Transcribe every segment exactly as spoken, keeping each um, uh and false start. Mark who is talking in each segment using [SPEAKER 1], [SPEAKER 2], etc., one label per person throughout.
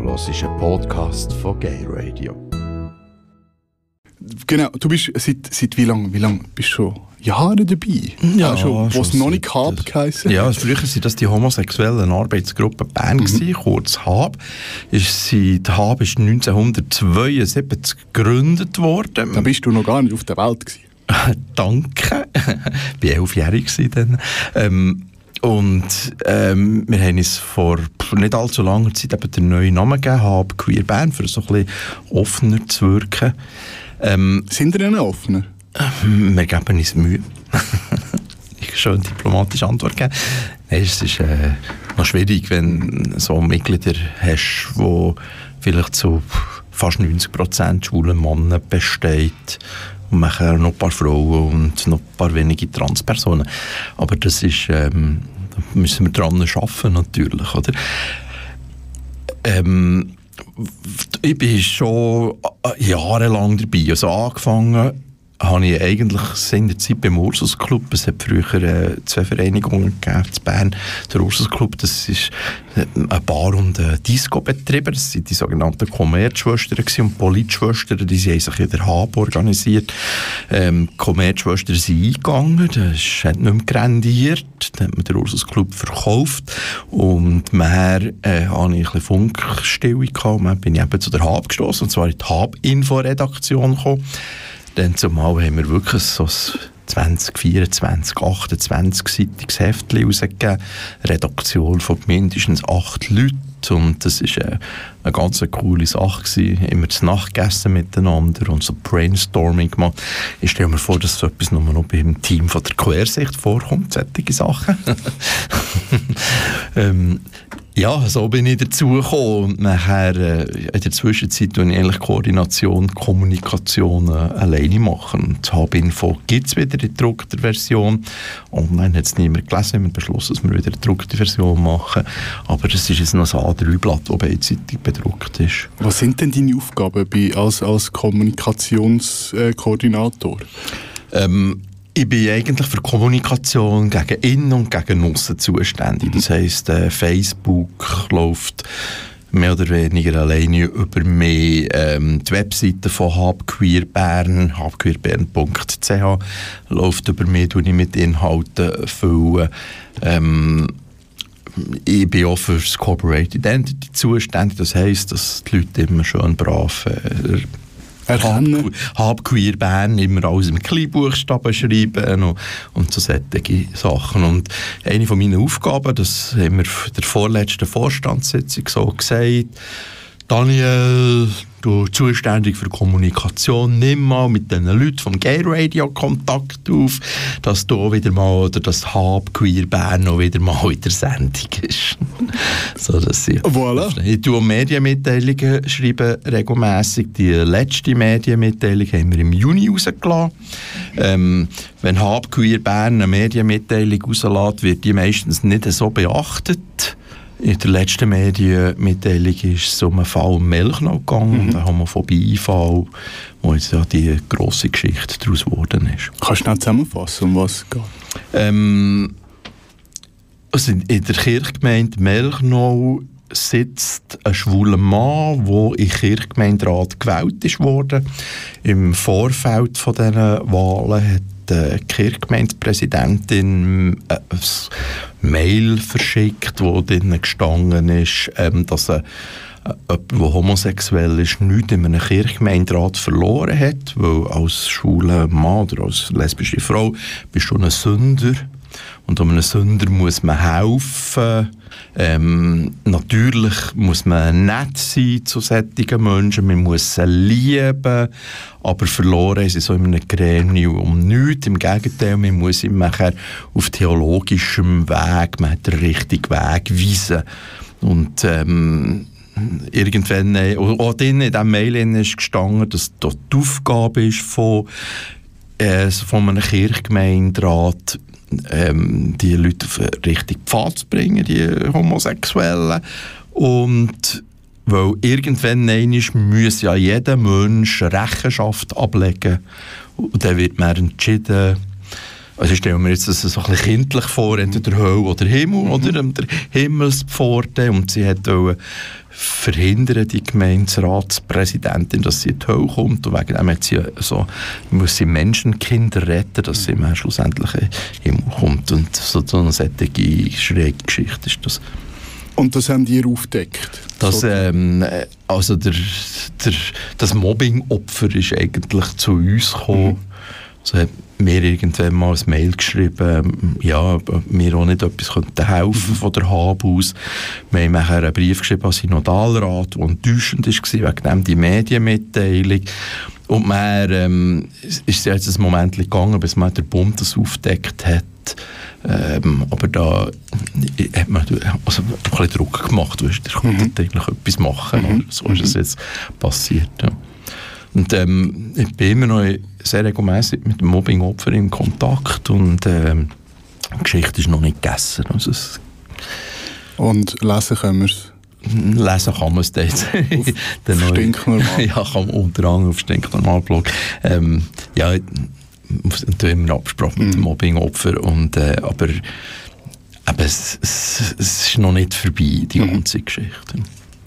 [SPEAKER 1] hörst einen Podcast von Gay Radio.
[SPEAKER 2] Genau, du bist seit, seit wie lange wie lang bist du schon Jahre dabei?
[SPEAKER 1] Ja,
[SPEAKER 2] ah, schon, wo es noch nicht H A B geheißen
[SPEAKER 1] Ja, früher waren das die homosexuellen Arbeitsgruppe Bern, mhm. gewesen, kurz H A B. Ist sie, die H A B ist neunzehnhundertzweiundsiebzig gegründet worden.
[SPEAKER 2] Da bist du noch gar nicht auf der Welt gewesen.
[SPEAKER 1] Danke. Ich war elfjährig dann. Ähm, und ähm, wir haben uns vor nicht allzu langer Zeit eben den neuen Namen gegeben, H A B Queer Bern, für so ein bisschen offener zu wirken. Ähm,
[SPEAKER 2] Sind wir denn offener?
[SPEAKER 1] Wir geben uns Mühe. Ich kann schon eine diplomatische Antwort geben. Nein, es ist äh, noch schwierig, wenn du so Mitglieder hast, die vielleicht zu fast neunzig Prozent schwulen Männer besteht. Und nachher noch ein paar Frauen und noch ein paar wenige Transpersonen. Aber das ist, ähm, da müssen wir dran arbeiten natürlich, oder? Ähm, ich bin schon jahrelang dabei. Also angefangen habe ich eigentlich in der Zeit beim Ursus Club. Es hat früher äh, zwei Vereinigungen gegeben in Bern. Der Ursus Club, das ist äh, ein Bar- und ein Disco-Betreiber. Das waren die sogenannten Kommerzschwestern und Politschwestern. Die haben sich in der H A B organisiert. Ähm, die Kommerzschwestern sind eingegangen. Das hat nicht mehr grendiert. Dann hat man den Ursus Club verkauft. Und mehr äh, hatte ich ein bisschen Funkstille gehabt. Und dann bin ich eben zu der H A B gestossen. Und zwar in die H A B-Info-Redaktion gekommen. Dann zumal haben wir wirklich so ein zwanzig, vierundzwanzig, achtundzwanzig-seitiges Heftchen rausgegeben. Redaktion von mindestens acht Leuten. Und das war eine, eine ganz coole Sache gewesen. Immer zu Nacht gegessen miteinander und so Brainstorming gemacht. Ich stelle mir vor, dass so etwas nur noch beim Team von der Quersicht vorkommt, solche Sachen. ähm, Ja, so bin ich dazugekommen. Und nachher, äh, in der Zwischenzeit, tue ich eigentlich Koordination, Kommunikation äh, alleine machen. Und H A B-Info gibt es wieder in gedruckter Version. Online hat es niemand gelesen. Wir haben beschlossen, dass wir wieder eine gedruckte Version machen. Aber das ist jetzt noch ein A drei Blatt, das beidseitig bedruckt ist. Was
[SPEAKER 2] sind denn deine Aufgaben bei, als, als Kommunikationskoordinator?
[SPEAKER 1] Ähm, Ich bin eigentlich für Kommunikation gegen innen und gegen aussen zuständig. Das heisst, äh, Facebook läuft mehr oder weniger alleine über mich. Ähm, die Webseite von H A B Queer Bern, h a b queer bern punkt c h, läuft über mich, tue ich mit Inhalten füllen. Ähm, ich bin auch für das Corporate Identity zuständig. Das heisst, dass die Leute immer schön brav äh,
[SPEAKER 2] erkennen.
[SPEAKER 1] H A B Queer Bern immer alles im Kleinbuchstaben schreiben und, und so solche Sachen. Und eine von meinen Aufgaben, das haben wir in der vorletzten Vorstandssitzung so gesagt, Daniel, du zuständig für Kommunikation, nimm mal mit den Leuten vom Gay Radio Kontakt auf, dass du wieder mal, oder dass H A B Queer Bern noch wieder mal in der Sendung ist. So, dass ich,
[SPEAKER 2] voilà.
[SPEAKER 1] ich tue Medienmitteilungen schreiben regelmässig. Die letzte Medienmitteilung haben wir im Juni rausgelassen. Ähm, wenn H A B Queer Bern eine Medienmitteilung rauslässt, wird die meistens nicht so beachtet. In der letzten Medienmitteilung ist es um einen Fall im Melchnau gegangen, mhm. einen Homophobie-Fall, wo jetzt ja die grosse Geschichte daraus geworden ist.
[SPEAKER 2] Kannst du schnell zusammenfassen, um was es geht?
[SPEAKER 1] Ähm, also in der Kirchgemeinde Melchnau sitzt ein schwuler Mann, der in den Kirchgemeinderat gewählt ist worden. Im Vorfeld von diesen Wahlen hat die Kirchgemeindepräsidentin ein Mail verschickt, wo drin gestanden ist, ähm, dass er jemand, der homosexuell ist, nichts in einem Kirchgemeinderat verloren hat, weil als schwuler Mann oder als lesbische Frau bist du ein Sünder. Und um einem Sünder muss man helfen. Ähm, natürlich muss man nett sein zu solchen Menschen, man muss sie lieben, aber verloren ist so in einem Gremium um nichts. Im Gegenteil, man muss ihm nachher auf theologischem Weg, man hat den richtigen Weg weisen. Und ähm, irgendwann, auch in diesem Mail ist gestanden, dass das die Aufgabe ist von, äh, von einem Kirchgemeinderat, Ähm, die Leute auf den richtigen Pfad zu bringen, die Homosexuellen. Und weil irgendwann muss ja jeder Mensch Rechenschaft ablegen. Und dann wird man entschieden, Also ich stelle mir jetzt das so ein bisschen kindlich vor, entweder Hölle oder Himmel, mhm. oder ähm, der Himmelspforte, und sie hat wollen verhindern, die Gemeindratspräsidentin, dass sie in die Hölle kommt, und wegen dem hat sie so, muss sie Menschenkinder retten, dass sie mhm. schlussendlich in den Himmel kommt, und so, so eine solche schräge Geschichte ist das.
[SPEAKER 2] Und das haben die aufgedeckt?
[SPEAKER 1] Das, ähm, also der, der, das Mobbing-Opfer ist eigentlich zu uns gekommen. Mhm. Also hat mir irgendwann mal ein Mail geschrieben, ja, mir auch nicht etwas könnte helfen mhm. von der H A B aus. Wir haben nachher einen Brief geschrieben an den Synodalrat, der enttäuschend war, wegen dem die Medienmitteilung. Und man ähm, ist jetzt ein Moment gegangen, bis man der Bund das aufgedeckt hat. Ähm, aber da hat man also ein bisschen Druck gemacht, du hast, mhm. eigentlich etwas machen. Mhm. So ist es jetzt passiert. Ja. Und ähm, ich bin immer noch sehr regelmäßig mit dem Mobbing-Opfer in Kontakt, und ähm, die Geschichte ist noch nicht gegessen. Also es
[SPEAKER 2] und lesen können wir es?
[SPEAKER 1] Lesen kann man es jetzt.
[SPEAKER 2] Auf Stinknormal?
[SPEAKER 1] Ja, kann man unter anderem auf Stinknormal-Blog. Ähm, ja, wir immer abgesprochen mit dem Mobbing-Opfer, und, äh, aber, aber es, es, es ist noch nicht vorbei, die ganze mhm. Geschichte.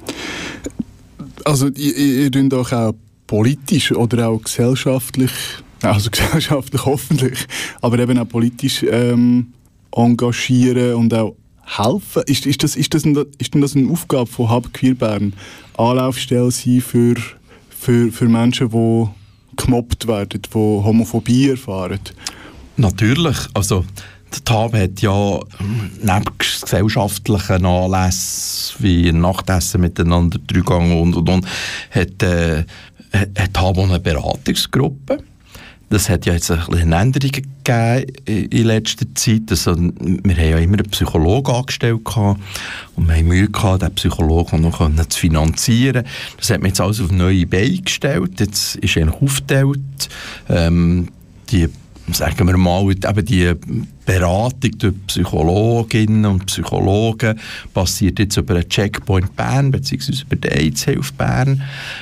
[SPEAKER 2] Also ihr, ihr tut doch auch politisch oder auch gesellschaftlich, also gesellschaftlich hoffentlich, aber eben auch politisch ähm, engagieren und auch helfen. Ist, ist, das, ist, das ein, ist denn das eine Aufgabe von Hub Queer Bern, Anlaufstelle sein für, für, für Menschen, die gemobbt werden, die Homophobie erfahren?
[SPEAKER 1] Natürlich. Also der T A B hat ja neben gesellschaftlichen Anlässen wie Nachtessen miteinander, Dreigang und und und, hat, äh, hat T A B auch eine Beratungsgruppe. Das hat ja jetzt ein bisschen Änderungen gegeben in letzter Zeit. Also, wir haben ja immer einen Psychologen angestellt gehabt, und wir haben Mühe gehabt, den Psychologen noch zu finanzieren. Das hat man jetzt alles auf neue Beine gestellt. Jetzt ist eigentlich aufgeteilt. Ähm, die, sagen wir mal, eben die Beratung durch Psychologinnen und Psychologen passiert jetzt über den Checkpoint Bern beziehungsweise über die AIDS-Hilfe Bern.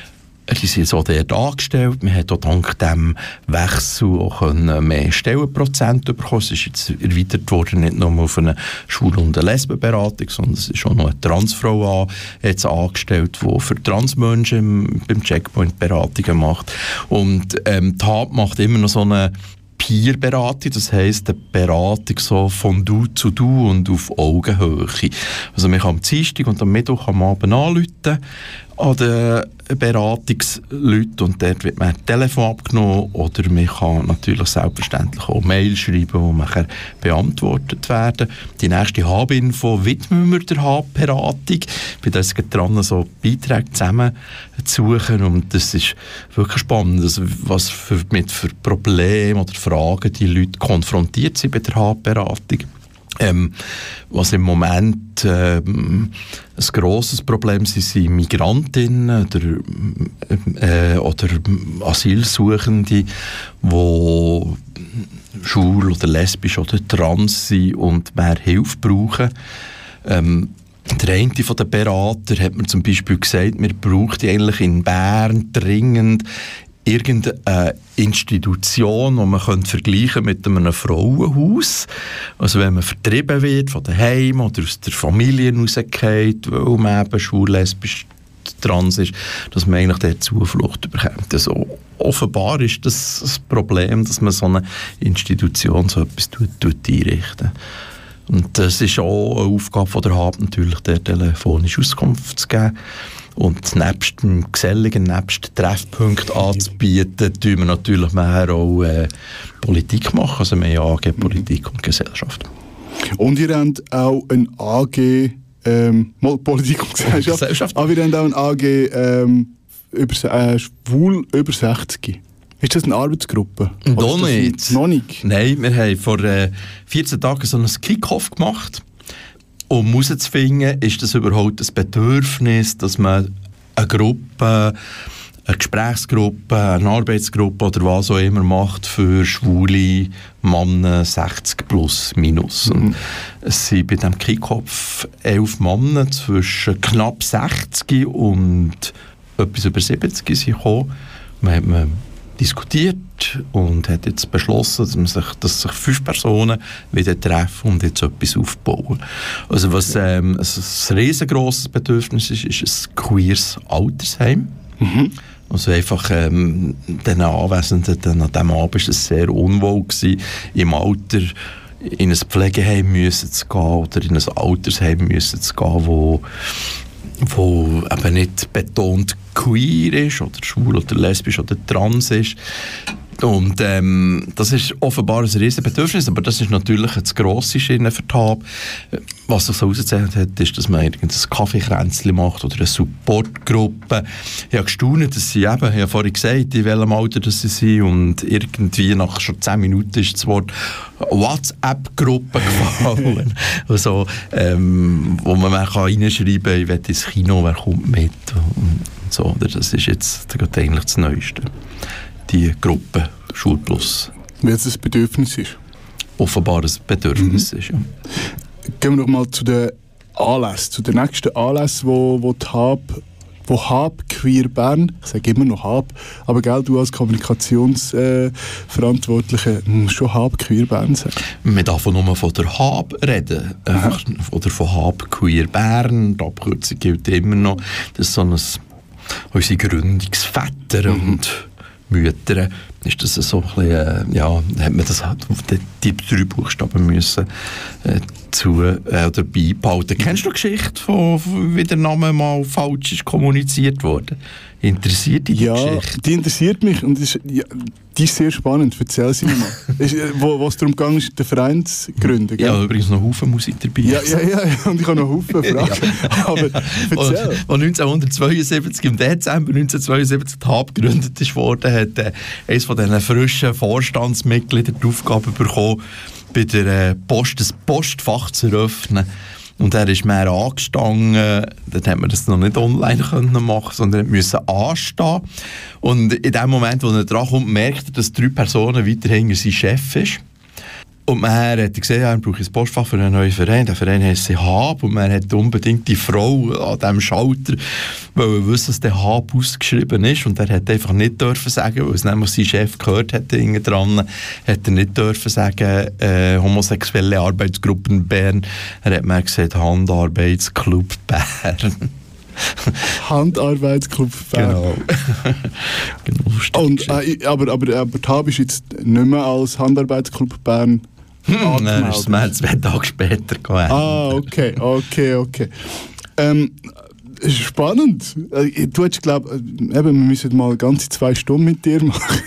[SPEAKER 1] Die sind so dort angestellt. Wir haben auch dank diesem Wechsel auch mehr Stellenprozent bekommen. Es ist jetzt erweitert worden, nicht nur auf eine Schwul- und eine Lesbenberatung, sondern es ist auch noch eine Transfrau an, jetzt angestellt, die für Transmenschen beim Checkpoint Beratungen macht. Und ähm, die H A B macht immer noch so eine Peer-Beratung, das heisst eine Beratung so von Du zu Du und auf Augenhöhe. Also man kann am Dienstag und am Mittwoch am Abend anrufen an den Beratungsleuten, und dort wird man ein Telefon abgenommen, oder man kann natürlich selbstverständlich auch Mail schreiben, die nachher beantwortet werden. Die nächste H A B-Info widmen wir der H A B-Beratung. Ich bin jetzt dran, so Beiträge zusammen zu suchen, und das ist wirklich spannend, also was für, mit für Probleme oder Fragen die Leute konfrontiert sind bei der H A B-Beratung. Ähm, was im Moment ähm, ein grosses Problem sind, sind Migrantinnen oder, äh, oder Asylsuchende, die schwul oder lesbisch oder trans sind und mehr Hilfe brauchen. Ähm, Der eine von den Beratern hat mir zum Beispiel gesagt, wir brauchen eigentlich in Bern dringend irgendeine Institution, die man könnte vergleichen mit einem Frauenhaus. Also wenn man vertrieben wird von daheim oder aus der Familie rausgeht, weil man eben schwul, lesbisch, trans ist, dass man eigentlich dort Zuflucht bekommt. Also offenbar ist das das Problem, dass man so eine Institution so etwas tut, tut einrichten. Und das ist auch eine Aufgabe von der H A B, natürlich, der telefonisch Auskunft zu geben. Und nebst dem Geselligen, nebst Treffpunkten anzubieten, tun wir natürlich mehr auch äh, Politik machen. Also wir haben A G Politik und Gesellschaft.
[SPEAKER 2] Und ihr habt auch ein A G ähm, Politik und Gesellschaft. Gesellschaft. Aber ihr habt auch ein A G ähm, über, äh, schwul über sechzig. Ist das eine Arbeitsgruppe?
[SPEAKER 1] Noch nicht.
[SPEAKER 2] Noch nicht?
[SPEAKER 1] Nein, wir haben vor äh, vierzehn Tagen so einen Kick-Off gemacht, um herauszufinden, ist das überhaupt ein Bedürfnis, dass man eine Gruppe, eine Gesprächsgruppe, eine Arbeitsgruppe oder was auch immer macht für schwule Männer sechzig plus minus. Mhm. Und es sind bei diesem Kick-Off elf Männer zwischen knapp sechzig und etwas über siebzig gekommen. Man hat man diskutiert und hat jetzt beschlossen, dass, man sich, dass sich fünf Personen wieder treffen und jetzt etwas aufbauen. Also was ähm, also ein riesengroßes Bedürfnis ist, ist ein queeres Altersheim. Mhm. Also einfach ähm, den Anwesenden an diesem Abend war es sehr unwohl gewesen, im Alter in ein Pflegeheim müssen zu gehen oder in ein Altersheim müssen zu gehen, wo, wo eben nicht betont queer ist oder schwul oder lesbisch oder trans ist. Und ähm, das ist offenbar ein riesen Bedürfnis, aber das ist natürlich ein zu grosses Schiene für die H A B. Was sich so herausgezeichnet hat, ist, dass man irgendein Kaffeekränzchen macht oder eine Supportgruppe. Ich habe gestaunt, dass sie eben, ich habe vorhin gesagt, in welchem Alter das sie sind, und irgendwie nach schon zehn Minuten ist das Wort WhatsApp-Gruppe gefallen. Also, ähm, wo man kann reinschreiben kann, ich will ins Kino, wer kommt mit. Und so, das ist jetzt das eigentlich das Neueste. Die Gruppe Schulplus.
[SPEAKER 2] Weil es ein Bedürfnis ist.
[SPEAKER 1] Offenbar ein Bedürfnis mhm. ist, ja.
[SPEAKER 2] Gehen wir noch mal zu den Anlässen, zu den nächsten Anlässen, wo, wo die H A B, wo H A B Queer Bern, ich sage immer noch H A B, aber gell, du als Kommunikationsverantwortliche äh, musst schon H A B Queer Bern sagen.
[SPEAKER 1] Man darf nur von der H A B reden, einfach, oder von H A B Queer Bern, die Abkürzung gilt immer noch. Das ist so ein, unsere Gründungsväter mhm. und Mütter, ist das so ein bisschen, äh, ja, hat man das halt auf die, die drei Buchstaben müssen äh, zu äh, oder beibehalten. Kennst du die Geschichte, von, von, wie der Name mal falsch ist kommuniziert wurde? Interessiert dich die
[SPEAKER 2] ja,
[SPEAKER 1] Geschichte?
[SPEAKER 2] Ja, die interessiert mich und ist, ja, die ist sehr spannend. Erzähl sie mir mal. ist, wo, wo es darum ging, ist den Verein zu gründen. Gell?
[SPEAKER 1] Ja, übrigens noch Haufen Musik dabei.
[SPEAKER 2] Ja, ja, ja, und ich habe noch Haufen Fragen. Aber erzähl.
[SPEAKER 1] Als neunzehnhundertzweiundsiebzig, im Dezember neunzehnhundertzweiundsiebzig die H A B gegründet wurde, hat äh, eines von diesen frischen Vorstandsmitgliedern die Aufgabe bekommen, bei der äh, Post das Postfach zu eröffnen. Und er ist mehr angestanden, dann hat man das noch nicht online können machen, sondern musste anstehen. Und in dem Moment, wo er dran kommt, merkt er, dass drei Personen weiterhin sein Chef ist. Und man hat gesehen, ja, er braucht ein Postfach für einen neuen Verein. Der Verein heisst H A B und man hat unbedingt die Frau an diesem Schalter, weil er wusste, dass der H A B ausgeschrieben ist. Und er hat einfach nicht dürfen sagen, weil es nämlich sein Chef gehört hat, dran, hat er nicht dürfen sagen, äh, homosexuelle Arbeitsgruppen Bern. Er hat mir gesagt, Handarbeitsclub Bern.
[SPEAKER 2] Handarbeitsclub Bern.
[SPEAKER 1] Genau. Genau.
[SPEAKER 2] Und, äh, aber, aber, aber die H A B ist jetzt nicht mehr als Handarbeitsclub Bern
[SPEAKER 1] Hm, nein, ist es mir zwei Tage später gegangen.
[SPEAKER 2] Ah, okay, okay, okay. Ähm, spannend. Du hättest geglaubt, wir müssen mal ganze zwei Stunden mit dir machen.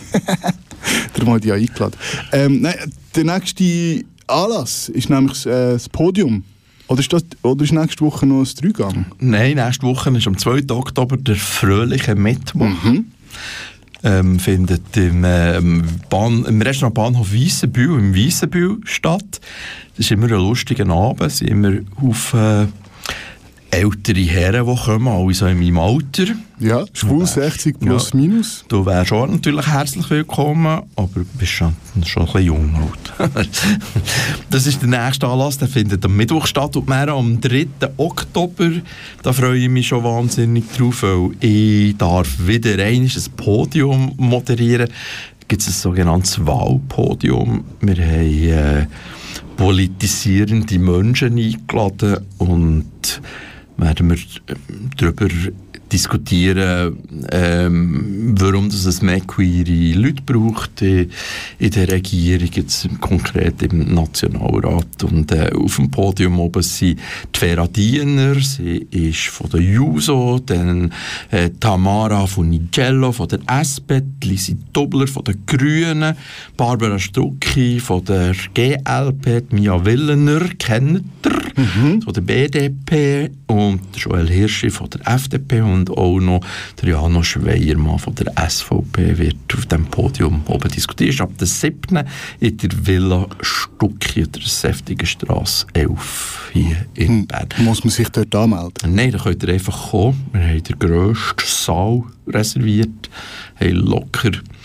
[SPEAKER 2] Darum habe ich dich ja eingeladen. Ähm, nein, der nächste Anlass ist nämlich äh, das Podium. Oder ist, das, oder ist nächste Woche noch ein Dreigang?
[SPEAKER 1] Nein, nächste Woche ist am zweiten Oktober der fröhliche Mittwoch. Mhm. Ähm, findet im, ähm, Bahn, im Restaurant Bahnhof Weissenbühl im Weissenbühl statt. Das ist immer ein lustiger Abend. Es sind immer auf äh, ältere Herren, die kommen, alle so in meinem Alter.
[SPEAKER 2] Ja, schwul sechzig plus ja, minus.
[SPEAKER 1] Du wärst auch natürlich herzlich willkommen, aber du bist schon, schon ein bisschen jung halt. Das ist der nächste Anlass, der findet am Mittwoch statt und mehr am dritten Oktober. Da freue ich mich schon wahnsinnig drauf, weil ich darf wieder einmal ein Podium moderieren. Da gibt es ein sogenanntes Wahlpodium. Wir haben äh, politisierende Menschen eingeladen und werden wir darüber diskutieren, ähm, warum das es mehr queere Leute braucht in, in der Regierung, jetzt konkret im Nationalrat. Und äh, auf dem Podium oben sind die Vera Diener, sie ist von der Juso, dann äh, Tamara von Nigello von der S P, Lisi Dobler von der Grünen, Barbara Strucki von der G L P, Mia Willener, kennt ihr, mhm. von der B D P und Joel Hirschi von der F D P und auch noch der Jano Schweiermann von der S V P wird auf dem Podium oben diskutiert. Ab der siebten in der Villa Stucki in der Säftigenstrasse elf hier in hm. Bern.
[SPEAKER 2] Muss man sich dort anmelden?
[SPEAKER 1] Nein, da könnt ihr einfach kommen. Wir haben den grössten Saal reserviert, haben locker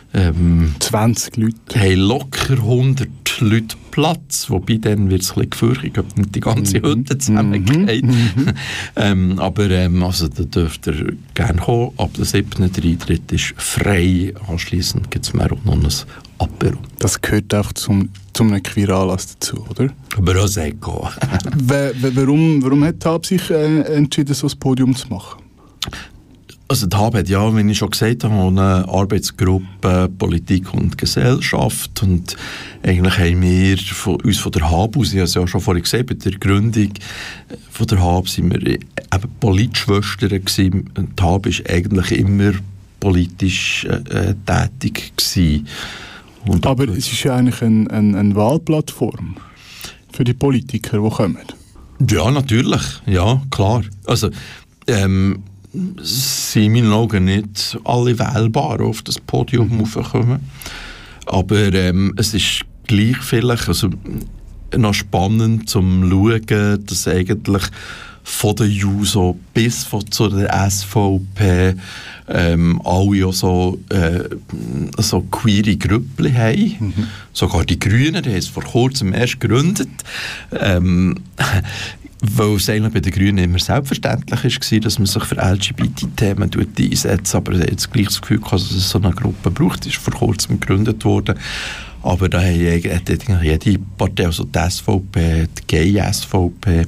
[SPEAKER 1] Ähm,
[SPEAKER 2] zwanzig Leute.
[SPEAKER 1] Haben locker hundert Leute Platz, wobei dann wird es ein bisschen gefürchtet, ob nicht die ganze Hütte zusammengeht.
[SPEAKER 2] Mhm.
[SPEAKER 1] ähm, aber ähm, also, da dürft ihr gerne kommen. Ab der siebten Der Eintritt ist frei. Anschliessend gibt es mehr auch noch ein Apero.
[SPEAKER 2] Das gehört einfach zum, zum einem Queeranlass dazu, oder?
[SPEAKER 1] Aber auch sehr gut.
[SPEAKER 2] warum, warum hat Hab sich äh, entschieden, so ein Podium zu machen?
[SPEAKER 1] Also die Hab hat ja, wie ich schon gesagt habe, eine Arbeitsgruppe Politik und Gesellschaft, und eigentlich haben wir von uns von der Hab aus, ich habe es ja schon vorhin gesehen, bei der Gründung von der Hab sind wir eben Politschwestern gewesen. Die Hab ist eigentlich immer politisch äh, tätig gewesen. Und
[SPEAKER 2] aber es ist ja eigentlich eine ein, ein Wahlplattform für die Politiker, die kommen.
[SPEAKER 1] Ja, natürlich, ja, klar. Also, ähm, sind in meinen Augen nicht alle wählbar auf das Podium mhm. raufkommen. Aber ähm, es ist gleich vielleicht also, noch spannend zum schauen, dass eigentlich von der Juso bis von zu der S V P ähm, alle auch so, äh, so queere Grüppli haben. Mhm. Sogar die Grünen, die haben es vor kurzem erst gegründet. Ähm, weil es eigentlich bei den Grünen immer selbstverständlich war, dass man sich für L G B T-Themen einsetzt, aber jetzt gleich das Gefühl, dass es so eine Gruppe braucht, die ist vor kurzem gegründet worden. Aber da hat jede Partei, also die S V P, die Gay-S V P.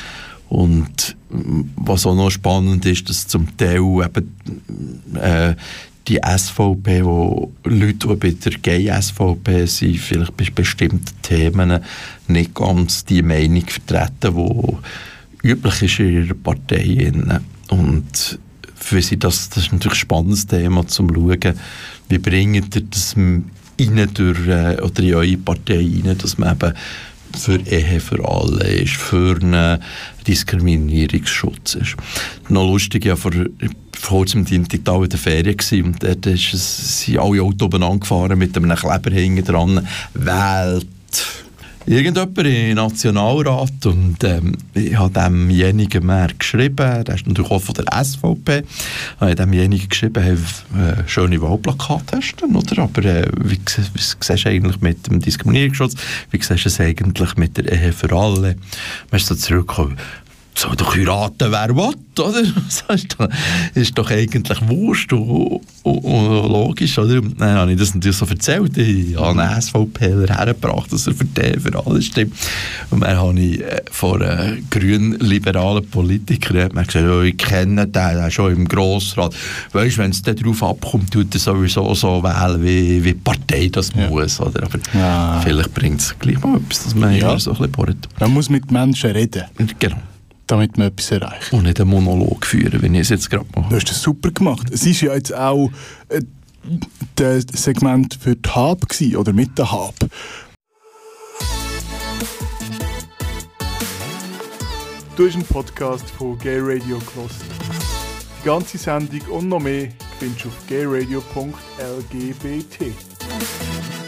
[SPEAKER 1] Und was auch noch spannend ist, dass zum Teil eben äh, die S V P, wo Leute, die bei der Gay-S V P sind, vielleicht bei bestimmten Themen nicht ganz die Meinung vertreten, die üblich ist in ihrer Partei. Und für sie das, das ist natürlich ein spannendes Thema, zum schauen, wie bringt ihr das rein durch, oder in eure Partei rein, dass man eben für Ehe für alle ist, für einen Diskriminierungsschutz ist. Noch lustig, ja, vor, vor kurzem war ich da in der Ferien gewesen, und dort ist es, sind alle Autos angefahren mit einem Kleber hinten dran, «Wählt!» Irgendjemand im Nationalrat, und ähm, ich habe demjenigen mehr geschrieben, der ist natürlich auch von der S V P, ich habe demjenigen geschrieben, hey, äh, schöne Wahlplakate testen, oder? Aber äh, wie, wie siehst du eigentlich mit dem Diskriminierungsschutz, wie siehst du es eigentlich mit der Ehe für alle? Man ist so zurückgekommen, soll doch heiraten, wer will, oder? Das ist doch, ist doch eigentlich wurscht und, und, und logisch, oder? Und dann habe ich das natürlich so erzählt. Ich habe einen S V Pler hergebracht, dass er für den, für alles stimmt. Und dann habe ich von einem grün-liberalen Politiker gesagt, ja, ich kenne den, der ist schon im Grossrat. Weißt du, wenn es darauf abkommt, tut er sowieso so wählen, wie, wie die Partei das ja. muss, oder? Aber ja. vielleicht bringt es gleich mal etwas, dass man ja. so ein bisschen bohrt.
[SPEAKER 2] Man muss mit Menschen reden.
[SPEAKER 1] Genau.
[SPEAKER 2] Damit man etwas erreicht.
[SPEAKER 1] Und nicht einen Monolog führen, wenn ich es jetzt gerade mache.
[SPEAKER 2] Du hast das super gemacht. Es war ja jetzt auch äh, das Segment für die Hab gewesen, oder mit der Hab. Du hast einen Podcast von Gay Radio gehört. Die ganze Sendung und noch mehr findest du auf gayradio punkt l g b t.